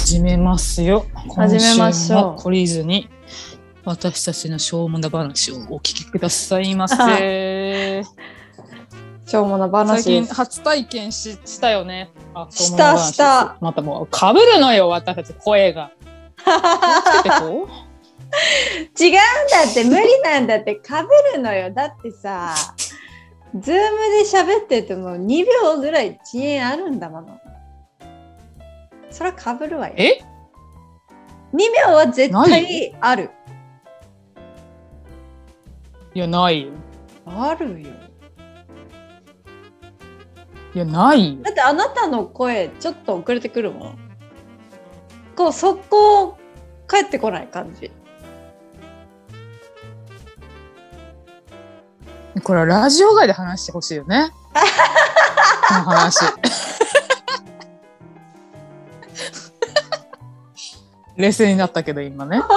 始めますよ。 始めましょう。 今週も懲りずに私たちのしょうもな話をお聞きくださいませ。 しょうもな話最です。 近初体験したよね。しょうもしたな話ですしたまたもう被るのよ、私たち声が。気をつけてこう。 違うんだって無理なんだってかぶるのよ。だってさズームで喋ってても2秒ぐらい遅延あるんだもの。そりゃかぶるわよ。 え 2秒は絶対ある。 いや、ないよ。 あるよ。 いや、ないよ。 だってあなたの声ちょっと遅れてくるもん。こう速攻帰ってこない感じ。 これはラジオ外で話してほしいよね。この話。冷静になったけど今ね。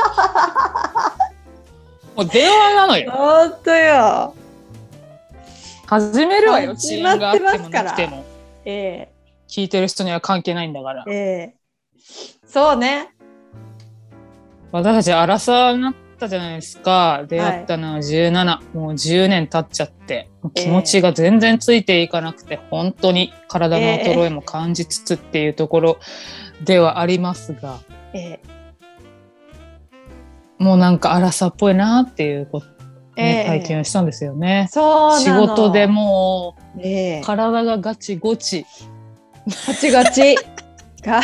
もう電話なのよ。 ほんとよ。 始めるわよ。遅始まっ延があっててもますからなくても。 え聞いてる人には関係ないんだから。 そうね。 私たちアラサーになったじゃないですか。出会ったのは17、もう10年経っちゃって気持ちが全然ついていかなくて、本当に体の衰えも感じつつっていうところではありますが、もうなんかアラサーっぽいなっていうこと、体験をしたんですよね。 そうなの。 仕事でもう、体がガチゴチガチガチが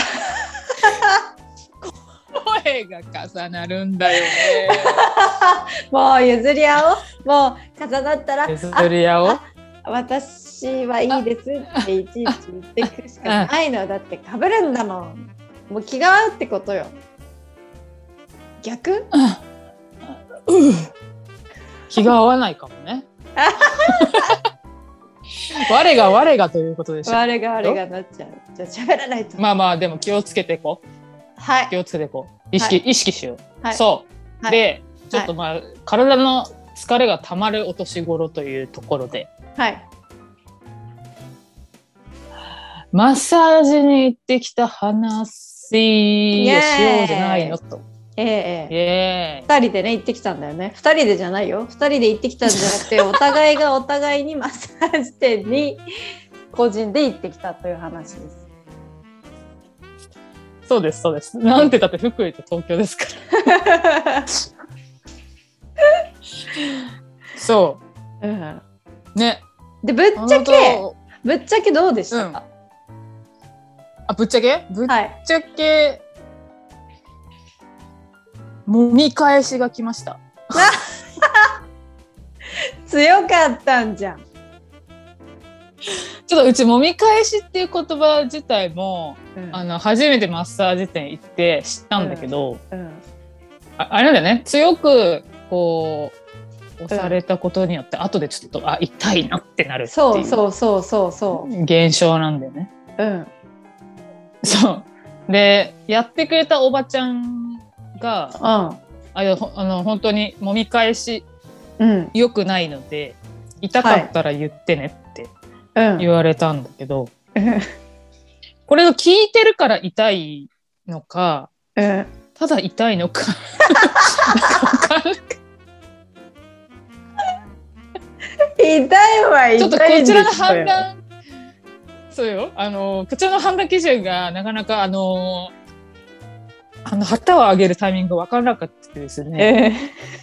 声が重なるんだよね。 もう譲り合おう。もう重なったら譲り合おう。 私はいいですっていちいち言っていくしかないの。だって被るんだもん。もう気が合うってことよ。逆？ 気が合わないかもね。我がということでしょ。 我がなっちゃう。じゃあ喋らないと。 まあまあでも気をつけていこう。 はい。 気をつけていこう。意識しよう。 はい、 そう。 はい、 で、ちょっとまあ、体の疲れがたまるお年頃というところで、 はい。 マッサージに行ってきた話をしようじゃないのと。 2人でね行ってきたんだよね。2人でじゃないよ。2人で行ってきたんじゃなくてお互いがお互いにマッサージ店に個人で行ってきたという話です。 そうですそうです。なんてだって福井と東京ですから。そう。ね。 でぶっちゃけどうでしたか？ ぶっちゃけ揉み返しが来ました。 強かったんじゃん。 ちょっとうち揉み返しっていう言葉自体も、初めてマッサージ店行って知ったんだけど、あれなんだよね。強くこう押されたことによって、後でちょっと痛いなってなるっていう。そう現象なんだよね。そうでやってくれたおばちゃんが、本当に揉み返し良くないので、痛かったら言ってねって言われたんだけど、これが効いてるから痛いのか、ただ痛いのか痛いは痛いんですよ。 ちょっとこちらの判断、そうよ、こちらの判断基準がなかなか旗を上げるタイミングが分からなかったですね。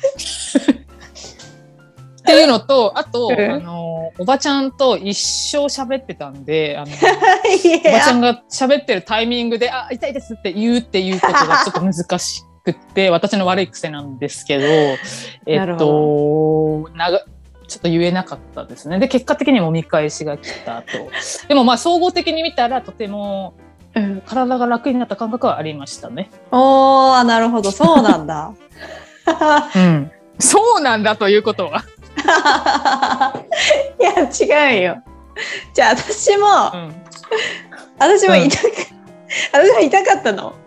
っていうのと、あと、おばちゃんと一生喋ってたんで、おばちゃんが喋ってるタイミングで痛いですって言うっていうことがちょっと難しくって私の悪い癖なんですけど、ちょっと言えなかったですね。で結果的にもみ返しが来たと。でもまあ総合的に見たらとても体が楽になった感覚はありましたね。 なるほど、そうなんだ。 そうなんだということは。 いや違うよ。じゃあ私も痛かったの。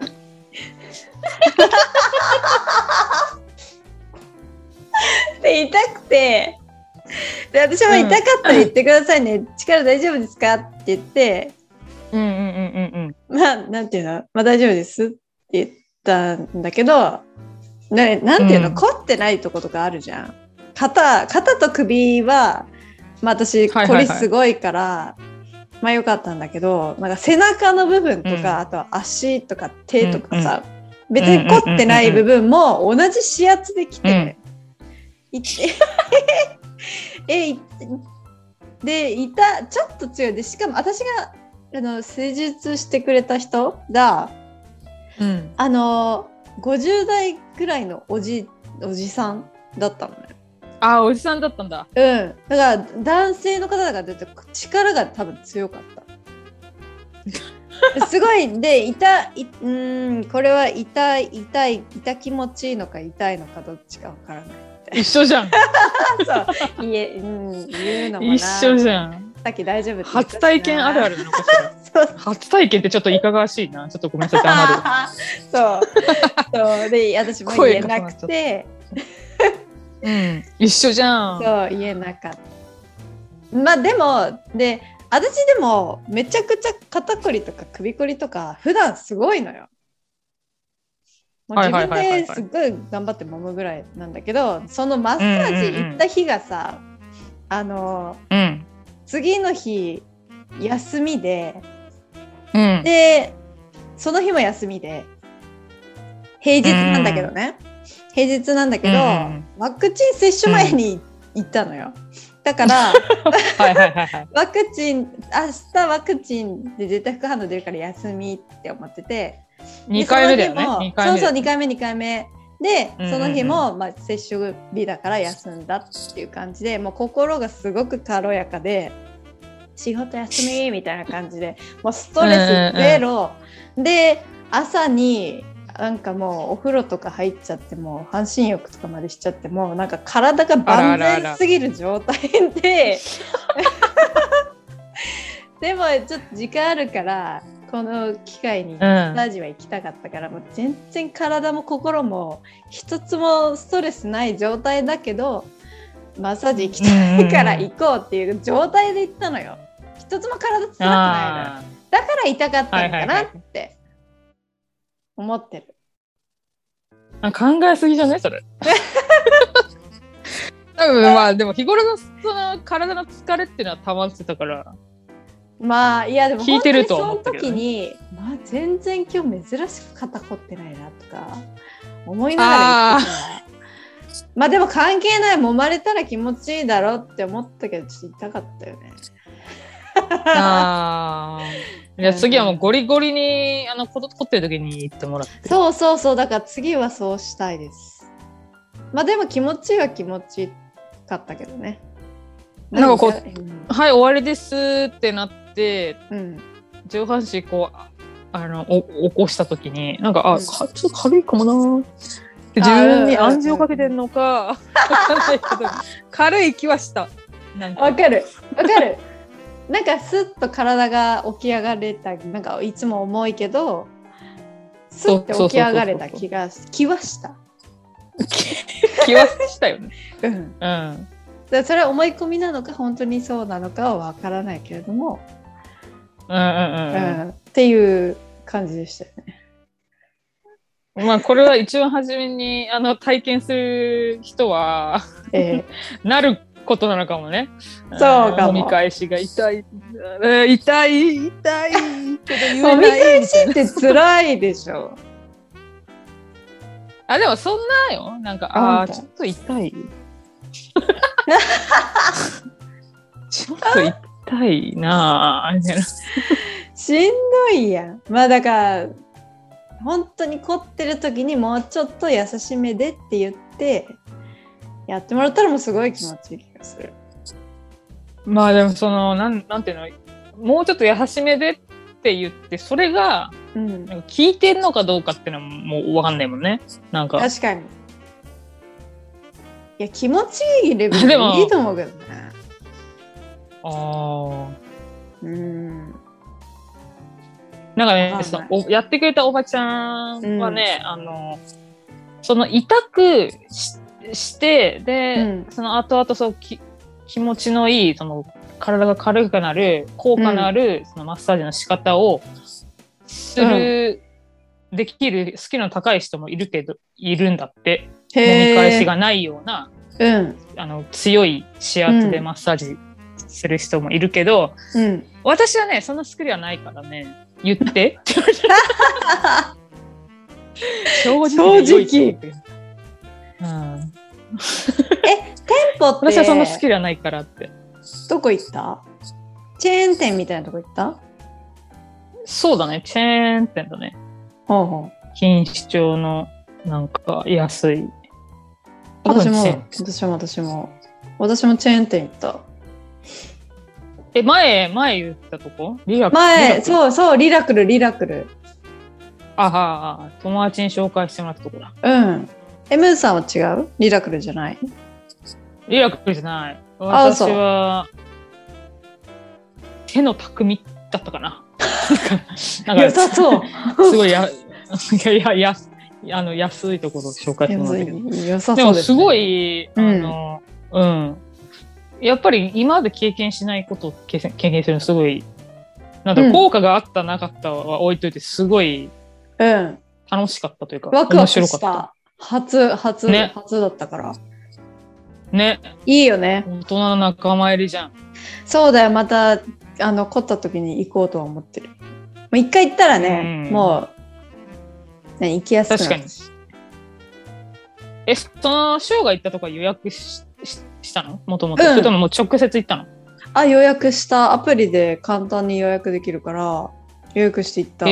で痛くて、で私も痛かったら言ってくださいね、力大丈夫ですかって言って、 まあ、なんていうの、まあ大丈夫ですって言ったんだけど、なんていうの、凝ってないとことかあるじゃん。肩と首は、まあ私、凝りすごいから、まあ良かったんだけど、なんか背中の部分とか、あとは足とか手とかさ、別に凝ってない部分も同じ指圧できて、で、ちょっと強いで、しかも私が施術してくれた人が、50代くらいのおじさんだったのね。 あ、おじさんだったんだ。 だから男性の方だから力が多分強かった。すごいでこれは痛気持ちいいのか痛いのかどっちかわからない。 一緒じゃん。 そう言うのもな。 一緒じゃん。 さっき大丈夫って初体験あるあるなのかしら。初体験ってちょっといかがわしいな。ちょっとごめんなさい、 黙る。そうで私も言えなくて。 一緒じゃん。 そう言えなかった。まあでも私でもめちゃくちゃ肩こりとか首こりとか普段すごいのよ。自分ですごい頑張って揉むぐらいなんだけど、そのマッサージ行った日がさ、次の日休みで、でその日も休みで平日なんだけどね、ワクチン接種前に行ったのよ。だからワクチン明日ワクチンで絶対副反応出るから休みって思ってて、 2回目だよね。 そう2回目で、その日も、まあ、接種日だから休んだっていう感じで、もう心がすごく軽やかで、仕事休みみたいな感じで、もうストレスゼロ、で朝になんかもうお風呂とか入っちゃっても半身浴とかまでしちゃってもなんか体が万全すぎる状態ででもちょっと時間あるからこの機会にマッサージは行きたかったから、もう全然体も心も一つもストレスない状態だけどマッサージ行きたいから行こうっていう状態で行ったのよ。一つも体辛くないのよ。だから痛かったのかなって思ってる。 考えすぎじゃないそれ。多分まあでも日頃のその体の疲れっていうのは溜まってたから。 まあいやでも聞いてると思ったけど、 その時に、まあ、全然今日珍しく肩凝ってないなとか思いながら言ってた。まあでも関係ない、揉まれたら気持ちいいだろうって思ったけどちょっと痛かったよね。 いや次はもうゴリゴリに凝ってる時に行ってもらって。 そうだから次はそうしたいです。まあでも気持ちいいは気持ちいいかったけどね。 なんかこう、はい終わりですってなって、上半身こう起こした時になんかちょっと軽いかもなって自分に暗示をかけてんのか分かんないけど軽い気はした。 わかるなんかスッと体が起き上がれた、なんかいつも重いけどスッて起き上がれた気はした気はしたよね。 それは思い込みなのか本当にそうなのかは分からないけれども、っていう感じでしたよね。 まあこれは一番初めに体験する人は、なることなのかもね。 そうかも。 飲み返しが痛いけど言えない飲み返しって辛いでしょ。 でもそんなよ、なんかちょっと痛いちょっと痛いなみたいな。 しんどいやん。まあだから本当に凝ってる時にもうちょっと優しめでって言ってやってもらったらもうすごい気持ちいい気がする。 まあでもそのなんていうの、もうちょっと優しめでって言ってそれが、なんか聞いてんのかどうかっていうのももう分かんないもんね。なんか確かに。いや気持ちいいレベルでいいと思うけどね。 なんかね、やってくれたおばちゃんはね、その痛くしてで、その後々そう気持ちのいいその体が軽くなる効果のある、そのマッサージの仕方をする、できるスキルの高い人もいるんだって。飲み返しがないような、強い指圧でマッサージする人もいるけど、私はねそんなスキルはないからね、言って正直、テンポって私はそんなスキルはないからって。 どこ行った？チェーン店みたいなとこ行った？ そうだね、チェーン店だね。錦糸町のなんか安い。 私もチェーン店行った。 前言ったとこ？ そうリラクル。 友達に紹介してもらったとこだ。 ムーさんは違う？リラクルじゃない？ リラクルじゃない。私は手の匠だったかな。 良さそう。 すごい安いところを紹介してもらったけど。 良さそうですね。 でもすごいやっぱり今まで経験しないことを経験するのすごいなんだ、効果があったなかったは置いといてすごい楽しかったというか、 ワクワクした。初だったからね。いいよね。 大人の仲間入りじゃん。 そうだよ。また凝った時に行こうとは思ってる。一回行ったらね、もう行きやすくなる。 確かに。そのショーが行ったとこ予約したの？もともと。それとももう直接行ったの？ 予約した。アプリで簡単に予約できるから予約して行った。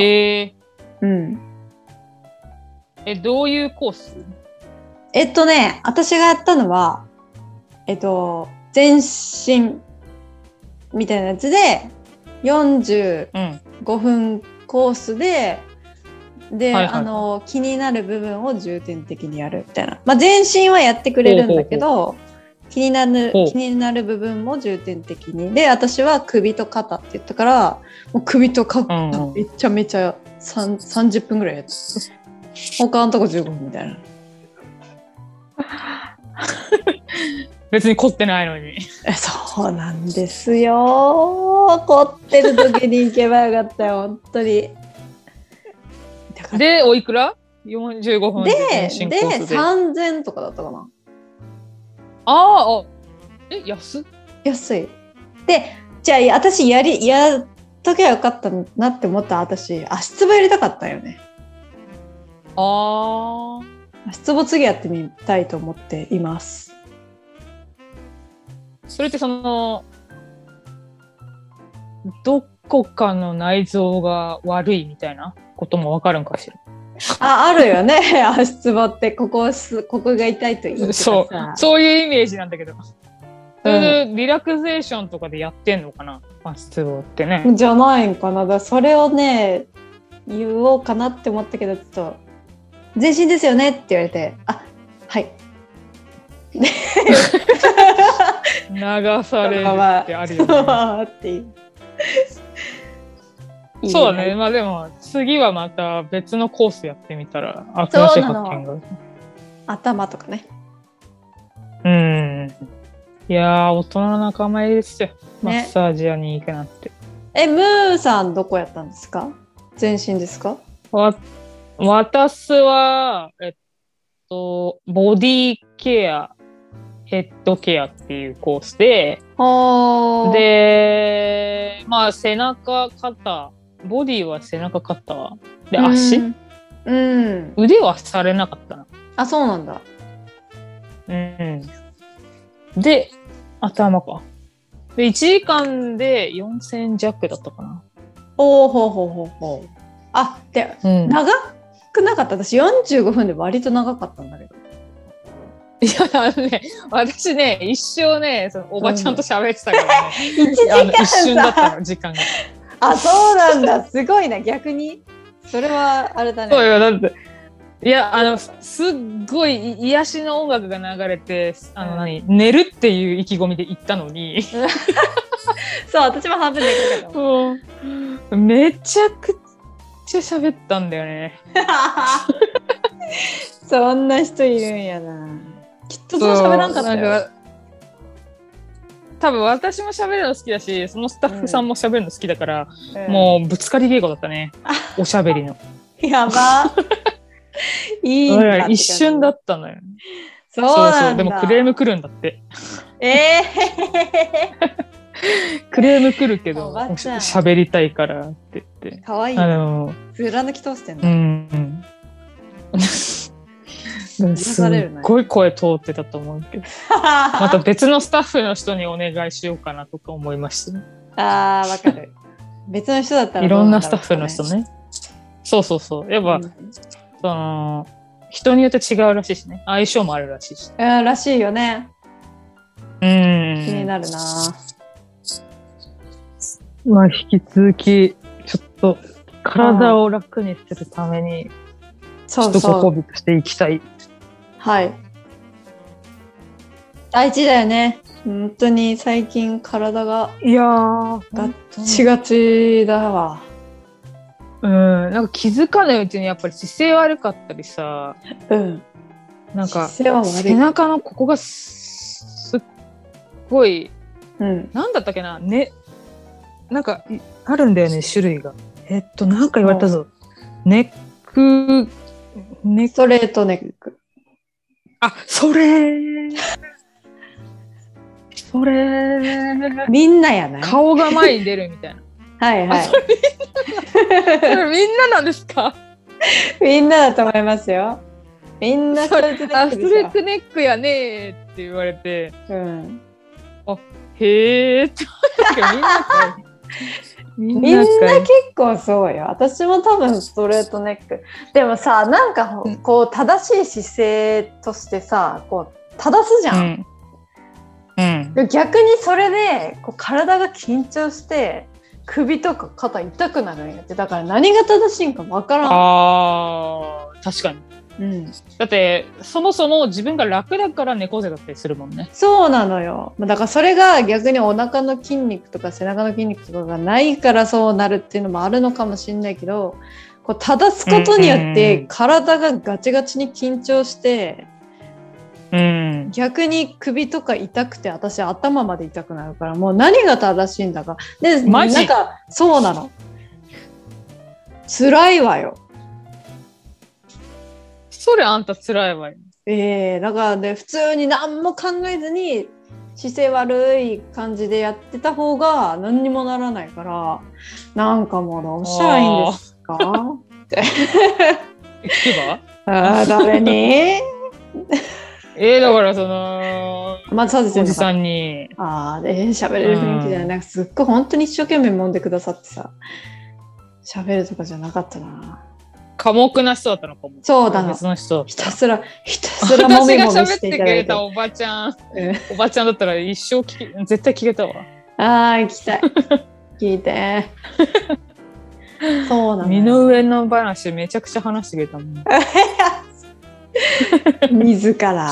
どういうコース？ 私がやったのは全身みたいなやつで45分コースで、気になる部分を重点的にやるみたいな。全身はやってくれるんだけど、気になる部分も重点的に。で、私は首と肩って言ったから、もう首と肩めちゃめちゃ30分ぐらいやった。他のとこ15分みたいな。 別に凝ってないのに。 そうなんですよ。凝ってる時に行けばよかったよ、本当に。 で、おいくら ?45 分で 3000とかだったかな。 安い。で、じゃあ私やっときゃよかったなって思ったら、私足つぼやりたかったよね。足つぼ次やってみたいと思っています。 それってどこかの内臓が悪いみたいなこともわかるんかしら？ あるよね。足つぼってここが痛いといいとかさ。 そういうイメージなんだけど。それでリラクゼーションとかでやってんのかな、足つぼってね。 じゃないんかな。それをね言おうかなって思ったけど、ちょっと全身ですよねって言われて、はい流されるってあるよね。っていうそうだね。でも次はまた別のコースやってみたら新しい発見が。 頭とかね。 いやー、大人の仲間入りですよ、マッサージ屋に行くなんて。 ムーさんどこやったんですか？全身ですか？ 私はボディケア、ヘッドケアっていうコースで、背中、肩、ボディは背中、肩で、足、腕はされなかったな。 そうなんだ。 で、頭か。で、1時間で4000弱だったかな。 で、長くなかった？私45分で割と長かったんだけど。 いや、私ね、一生ね、おばちゃんと喋ってたからね。 1時間一瞬だったの、時間が。 そうなんだ。すごいな、逆に。それはあれだね。 そうよ、だって。いや、すっごい癒しの音楽が流れて、寝るっていう意気込みで行ったのに。 そう、私も半分で行ったけど。めちゃくちゃ喋ったんだよね。 そんな人いるんやな。きっとそう喋らんかったよ。 多分私も喋るの好きだし、そのスタッフさんも喋るの好きだから、もうぶつかり稽古だったね。おしゃべりの。 やば。いいんだ一瞬だったのよ。 そうなんだ。 でもクレーム来るんだって。 えクレーム来るけど喋りたいからって言って。 かわいい。貫き通してんだ。 すっごい声通ってたと思うけどまた別のスタッフの人にお願いしようかなとか思いましたね。 あー、わかる。別の人だったらいろんなスタッフの人ね。そうそうそう。やっぱ、その人によって違うらしいしね。相性もあるらしいし。 らしいよね。気になるな。 まあ引き続きちょっと体を楽にするためにちょっとご褒美としていきたい。 はい。大事だよね。本当に最近体がガッチガチだわ。 なんか気づかないうちにやっぱり姿勢悪かったりさ、なんか背中のここがすっごい、なんだったっけな、なんかあるんだよね、種類が。なんか言われたぞ。ネックストレートネック。 あ、それみんなやな。 顔が前に出るみたいな。 はいはい。 それみんななんですか？ みんなだと思いますよ。みんなストレートネックでしょ。 ストレートネックやねーって言われて、あ、へーってみんな結構そうよ。私も多分ストレートネック。でもさ、なんかこう正しい姿勢としてさ、こう正すじゃん。逆にそれでこう体が緊張して首とか肩痛くなるんやって。だから何が正しいんかわからん。 確かに。だってそもそも自分が楽だから猫背だったりするもんね。 そうなのよ。だからそれが逆にお腹の筋肉とか背中の筋肉とかがないからそうなるっていうのもあるのかもしれないけど、こう正すことによって体がガチガチに緊張して、逆に首とか痛くて私頭まで痛くなるから、もう何が正しいんだか。で、なんかそうなの。辛いわよ。 それあんた辛いわよ。 だからね、普通に何も考えずに姿勢悪い感じでやってた方が何にもならないから、なんかもうどうしたらいいんですかって聞けば誰にだからそのおじさんに喋れる雰囲気じゃない、なんかすっごい本当に一生懸命揉んでくださってさ、喋るとかじゃなかったな。 寡黙な人だったのかも。 そうだな。 別の人。 ひたすらもみもみしていただいて。 私が喋ってくれたおばちゃん、おばちゃんだったら一生絶対聞けたわ。 行きたい。聞いて。そうなの。 身の上の話めちゃくちゃ話してくれたもん。 自ら。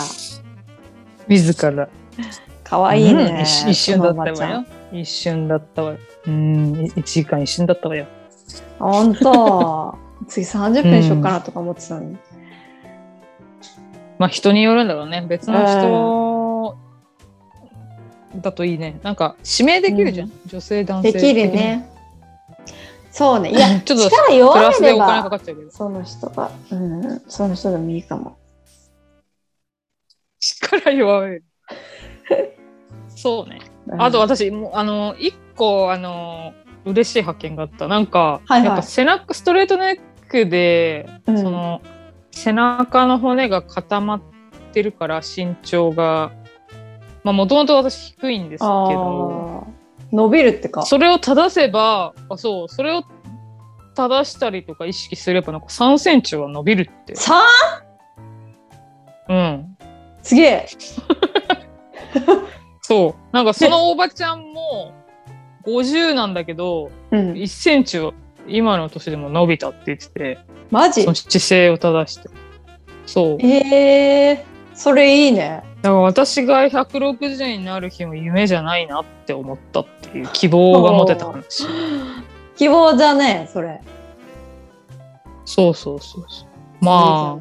かわいいね。 一瞬だったわよ。一瞬だったわよ。1時間一瞬だったわよ。 本当。次30分にしようかなとか思ってたのに。 まあ人によるんだろうね。別の人だといいね。なんか指名できるじゃん。女性男性できるね。そうね。いや、ちょっと力弱ければその人が、その人でもいいかも。 力弱める。そうね。あと私も一個嬉しい発見があった。なんか、やっぱストレートネックで、その背中の骨が固まってるから身長がもともと私低いんですけど、 伸びるってか。 それを正せばそれを正したりとか意識すればなんか3センチは伸びるって。 3？ すげえ。 そうなんかそのおばちゃんも50なんだけど、1センチは今の年でも伸びたって言ってて。 マジ？ その姿勢を正して。そう。 それいいね。 だから私が160になる日も夢じゃないなって思ったっていう希望が持てた話。 希望じゃねそれ。 そう。まあ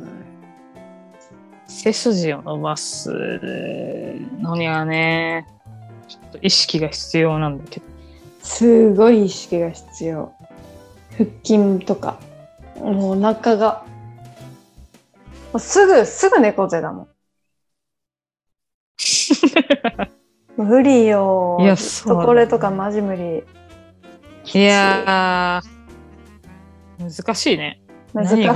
背筋を伸ばすのにはね、ちょっと意識が必要なんだけど。 すごい意識が必要。腹筋とか。もうお腹が。もうすぐ猫背だもん。無理よ。 いや、 これとかマジ無理。 いやー、難しいね。 難しい。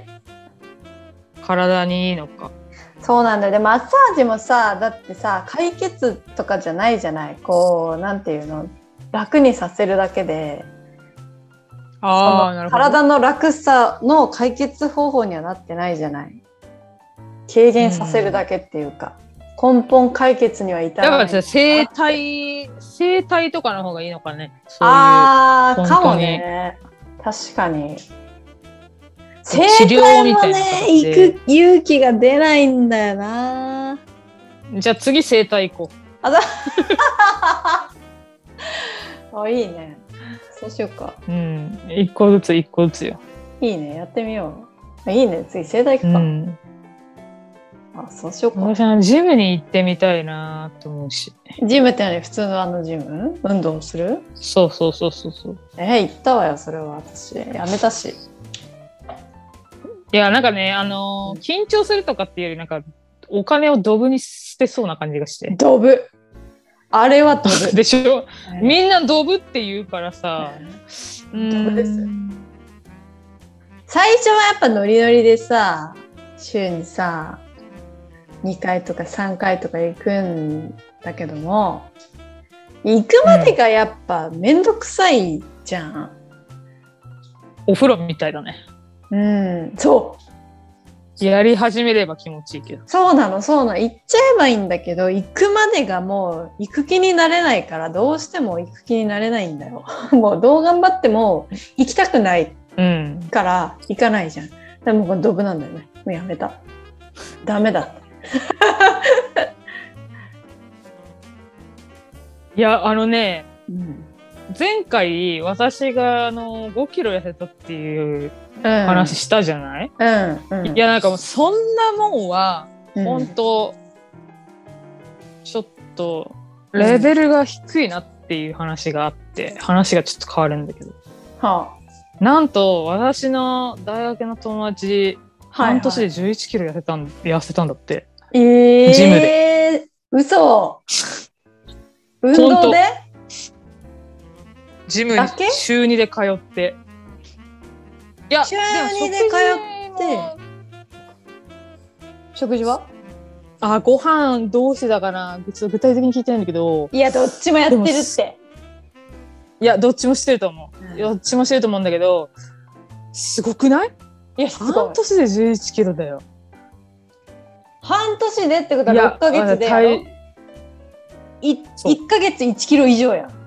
体にいいのか。 そうなんだよ。でマッサージもさ、だってさ、解決とかじゃないじゃない。こうなんていうの、楽にさせるだけで。 なるほど。 体の楽さの解決方法にはなってないじゃない。軽減させるだけっていうか、根本解決には至らない。 だから整体とかの方がいいのかね。そういうかもね。確かに。整体もね、行く勇気が出ないんだよな。 じゃあ次整体行こう。いいね。そうしようか。 一個ずつよ。 いいね、やってみよう。いいね、次整体行くか。そうしようか。 私はジムに行ってみたいなと思うし。 ジムって何？普通のジム？運動する？ そう。行ったわよ、それは私。やめたし。 いや、なんかね、緊張するとかっていうより、なんか、お金をドブに捨てそうな感じがして。 ドブ。あれはドブ。 でしょ？みんなドブって言うからさ。 ドブです。最初はやっぱノリノリでさ、週にさ、2回とか3回とか行くんだけども、行くまでがやっぱめんどくさいじゃん。 お風呂みたいだね。 そう。 やり始めれば気持ちいいけど。 そうなの。行っちゃえばいいんだけど、行くまでがもう行く気になれないから、どうしても行く気になれないんだよ。もうどう頑張っても行きたくないから行かないじゃん。でもこれドブなんだよね。もうやめた。ダメだって。 いや、前回私が5キロ痩せたっていう話したじゃない？いや、なんかもうそんなもんは本当ちょっとレベルが低いなっていう話があって、話がちょっと変わるんだけど、なんと私の大学の友達、半年で11キロ痩せたんだって、ジムで。 嘘。運動で？ ジムに週2で通って。いや、 週2で通って食事は？ ご飯どうしてだかな、ちょっと具体的に聞いてないんだけど。 いや、どっちもやってるって。 いや、どっちもしてると思う。どっちもしてると思うんだけど、すごくない？ いや、すごい。 半年で11キロだよ。 半年でってことは6ヶ月でやろ？1ヶ月1キロ以上や。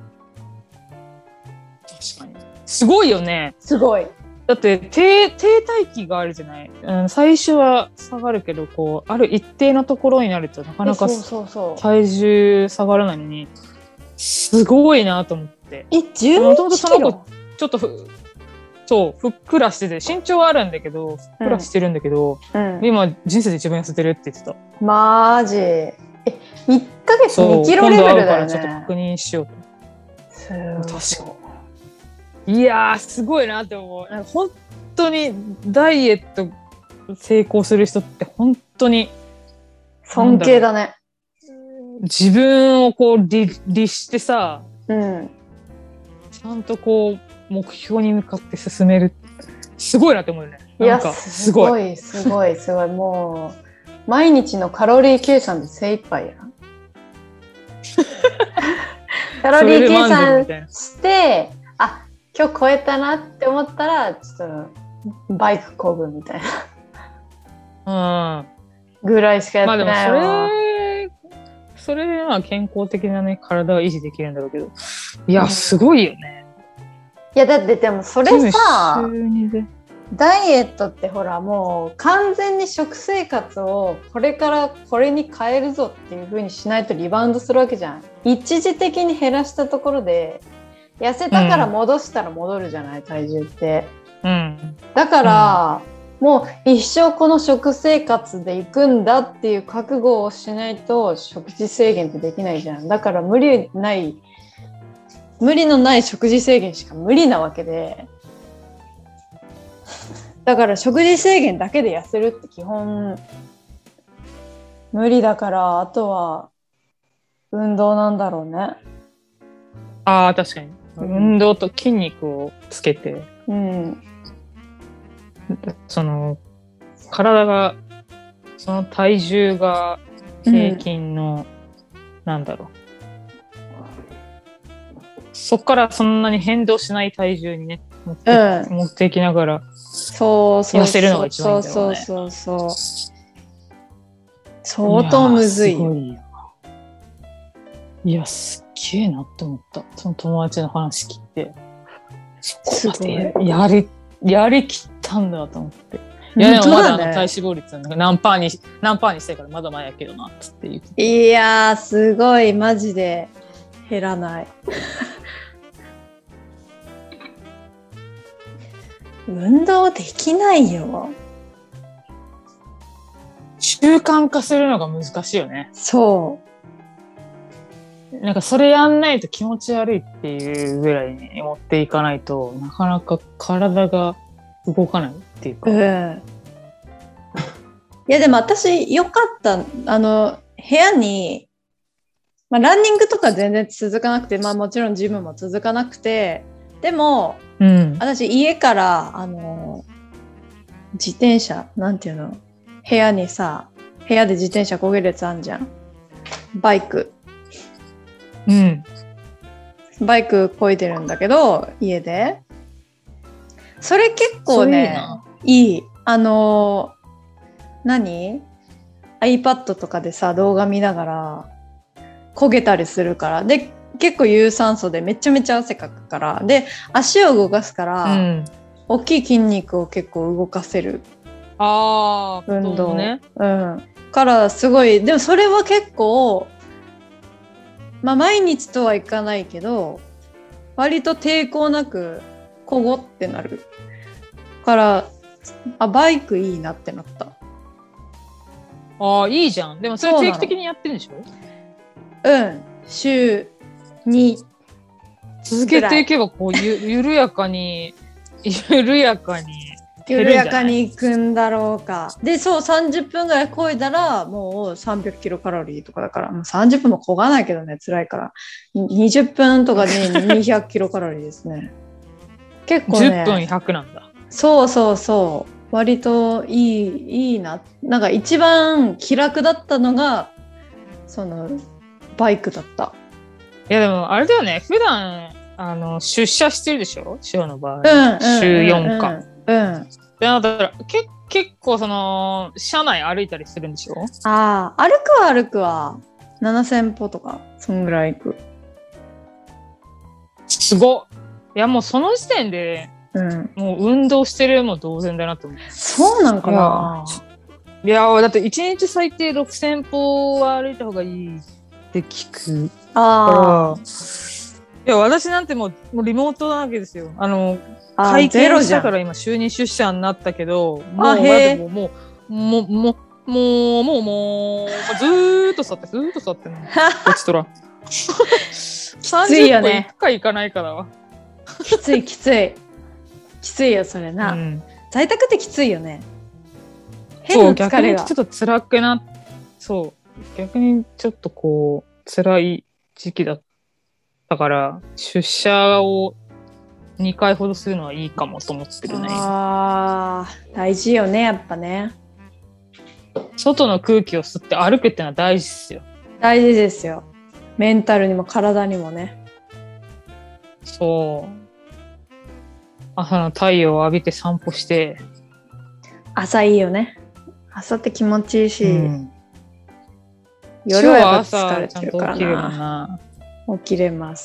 確かに。すごいよね。 すごい。 だって停滞期があるじゃない。最初は下がるけど、こうある一定のところになるとなかなか体重下がらないのに、すごいなと思って。 11キロ？ もともとその子ちょっとふっくらしてて、身長はあるんだけど、ふっくらしてるんだけど、今人生で一番痩せてるって言ってた。 マジ？1ヶ月2キロレベルだよね。 ちょっと確認しようと。 確かに。いやー、すごいなって思う。なんか本当にダイエット成功する人って本当に尊敬だね。 自分をこう律してさ、ちゃんとこう目標に向かって進める、すごいなって思うよね。なんかすごい。 もう毎日のカロリー計算で精一杯やん。カロリー計算して、今日超えたなって思ったらちょっとバイク漕ぐみたいなぐらいしかやってないわ。 それで健康的なね、体は維持できるんだろうけど、いや、すごいよね。 いや、だってでもそれさ、ダイエットってほらもう完全に食生活をこれからこれに変えるぞっていう風にしないとリバウンドするわけじゃん。一時的に減らしたところで痩せたから戻したら戻るじゃない、体重って。だから、 もう一生この食生活で行くんだっていう覚悟をしないと食事制限ってできないじゃん。だから無理のない食事制限しか無理なわけで、だから食事制限だけで痩せるって基本無理だから、あとは運動なんだろうね。 ああ、確かに。運動と筋肉をつけて、 うん、 その体がその体重が平均の、なんだろう、そこからそんなに変動しない体重にね持っていきながら痩せるのが一番いいんだろうね。 そう相当むずい。 すごい。いや、すっげえなって思った。その友達の話聞いて、 すごいやりきったんだと思って。いや、でもまだ体脂肪率なんだから何パーにしてからまだ前やけどなっつって言って。 いやー、すごい、マジで減らない。運動できないよ。 習慣化するのが難しいよね。 そう。 なんかそれやんないと気持ち悪いっていうぐらいに持っていかないとなかなか体が動かないっていうか。 いやでも私よかった。部屋に、ランニングとか全然続かなくて、もちろんジムも続かなくて、でも、私家から自転車なんていうの、部屋で自転車こげるやつあんじゃん。バイクこいでるんだけど、家でそれ結構ねいい。iPad とかでさ動画見ながらこげたりするから、で結構有酸素でめちゃめちゃ汗かくから、で足を動かすから、大きい筋肉を結構動かせる運動ね。からすごい。でもそれは結構毎日とはいかないけど割と抵抗なくこごってなるからバイクいいなってなった。 いいじゃん。でもそれ定期的にやってるんでしょ？ 週2 続けていけばこう緩やかに行くんだろうか。でそう30分ぐらい漕いだらもう300キロカロリーとかだから、もう30分も漕がないけどね、辛いから20分とかで200キロカロリーですね。結構ね。 10分100なんだ。 そう割といいな。なんか一番気楽だったのがそのバイクだった。 いやでもあれだよね、普段出社してるでしょ、塩の場合、週4か。でだから結構その車内歩いたりするんでしょ？ 歩くわ7000歩とかそんぐらい行く。 すごっ。いやもうその時点で、もう運動してるも同然だなと思う。 そうなんかな。 いやだって1日最低6000歩は歩いた方がいいって聞くから。いや私なんてもうリモートなわけですよ。会計したから今週2出社になったけど、もうずーっと座ってるの。こっちとら。30分行くか行かないかだわ。 きついよそれな。在宅ってきついよね。 そう、逆にちょっと辛くな。そう逆にちょっとこう辛い時期だったから出社を2回ほどするのはいいかもと思ってるね。 大事よね、やっぱね。 外の空気を吸って歩くってのは大事ですよ。 大事ですよ。メンタルにも体にもね。 そう。朝の太陽を浴びて散歩して。 朝いいよね。朝って気持ちいいし、夜はやっぱ疲れてるからな。起きれます。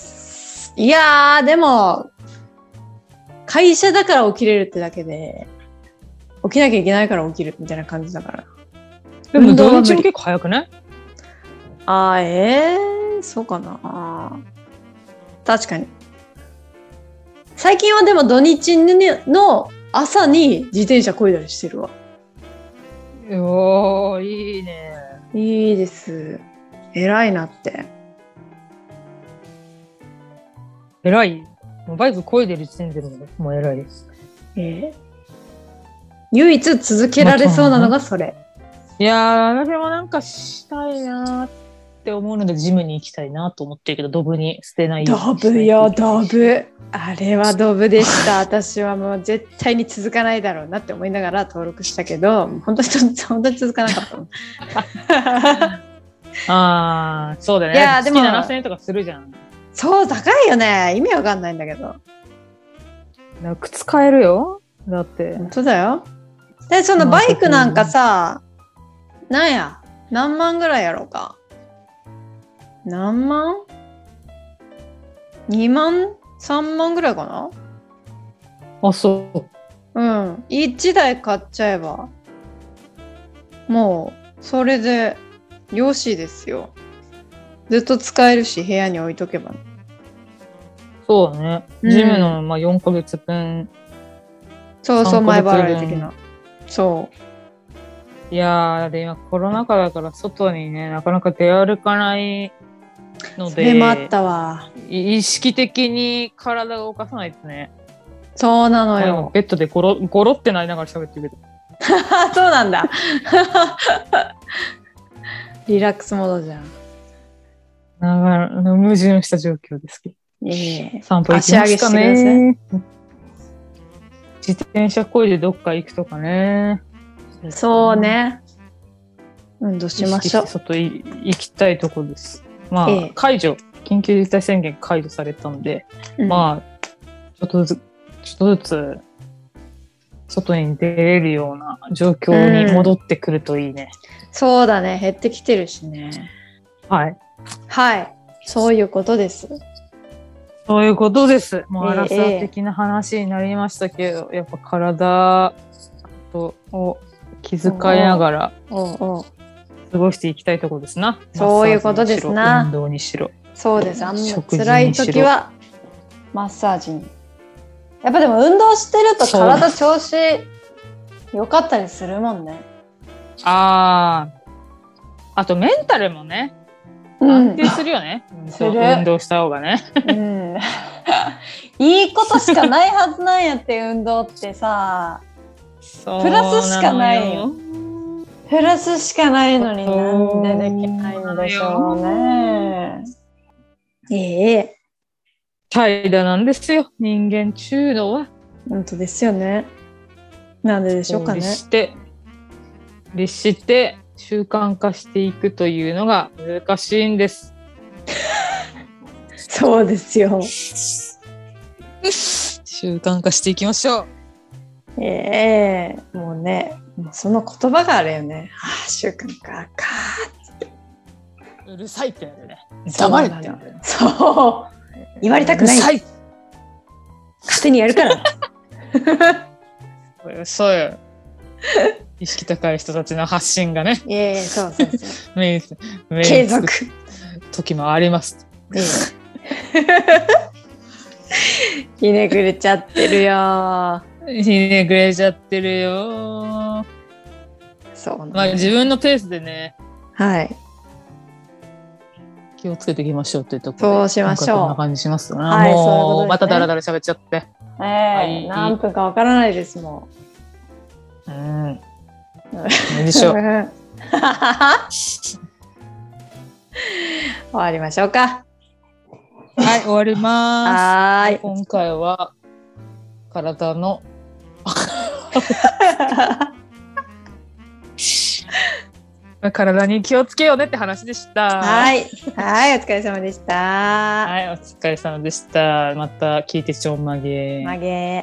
いやーでも会社だから起きれるってだけで起きなきゃいけないから起きるみたいな感じだから。 でも土日も結構早くない？ そうかな。確かに最近はでも土日の朝に自転車漕いだりしてるわ。 おー、いいね。 いいです。偉いなって。 偉い。もうバイク漕いでる時点でもう偉いです。 唯一続けられそうなのがそれ。 いやー、私もなんかしたいなって思うのでジムに行きたいなと思ってるけど、ドブに捨てないように。 ドブよ、ドブ。あれはドブでした。私はもう絶対に続かないだろうなって思いながら登録したけど、本当に続かなかったの。 ああ、そうだね。 いや、でも月7000円とかするじゃん。 そう、高いよね。意味わかんないんだけど。 靴買えるよ。だって。 本当だよ。で、そのバイクなんかさ、何万ぐらいやろうか。何万 ?2 万 ?3 万ぐらいかな。 あ、そう。 うん。1台買っちゃえば、もう、それで、よしですよ。ずっと使えるし、部屋に置いとけば、ね。 そうだね。ジムの、4ヶ月分。 そうそう、前払い的な。そう。 いやー、で今コロナ禍だから外にね、なかなか出歩かないので。それもあったわ。 意識的に体を動かさないとね。 そうなのよ。 ベッドでゴロってなりながら喋ってるけど。 そうなんだ。リラックスモードじゃん。 矛盾した状況ですけど。散歩行きますかね。自転車こいでどっか行くとかね。 そうね。運動しましょう。 外行きたいとこです。まあ、緊急事態宣言解除されたので、まあ、ちょっとずつ、外に出れるような状況に戻ってくるといいね。 そうだね。減ってきてるしね。 はい。 はい。そういうことです。 そういうことです。もうアラサー的な話になりましたけど、やっぱ体を気遣いながら過ごしていきたいところですな。 そういうことですな。 運動にしろ。 そうです。辛い時はマッサージに。やっぱでも運動してると体調子良かったりするもんね。 あとメンタルもね。安定するよね。運動した方がね。 いいことしかないはずなんやって、運動ってさ。プラスしかないよ。プラスしかないのになんでできないんでしょうね。 怠惰なんですよ、人間中のは。 本当ですよね。なんででしょうかね。 律して習慣化していくというのが難しいんです。 そうですよ。 習慣化していきましょう。 もうね、その言葉があるよね。習慣化かってうるさいってなるね。黙れってなる。 そう、言われたくない。勝手にやるから。 そうよ。意識高い人たちの発信がね。 そう継続時もあります。 ひねくれちゃってるよ。 ひねくれちゃってるよ。 そうなんだ。 まあ自分のペースでね。 はい。 気をつけていきましょうというところで。 そうしましょう。 こんな感じしますな。 はい、 もうまたダラダラ喋っちゃって。 何分かわからないですもん。 いいでしょう。 終わりましょうか。 はい、終わります。 はい。 今回は体の体に気をつけようねって話でした。 はい、はい、お疲れ様でした。 はい、お疲れ様でした。また聞いてちょんまげ。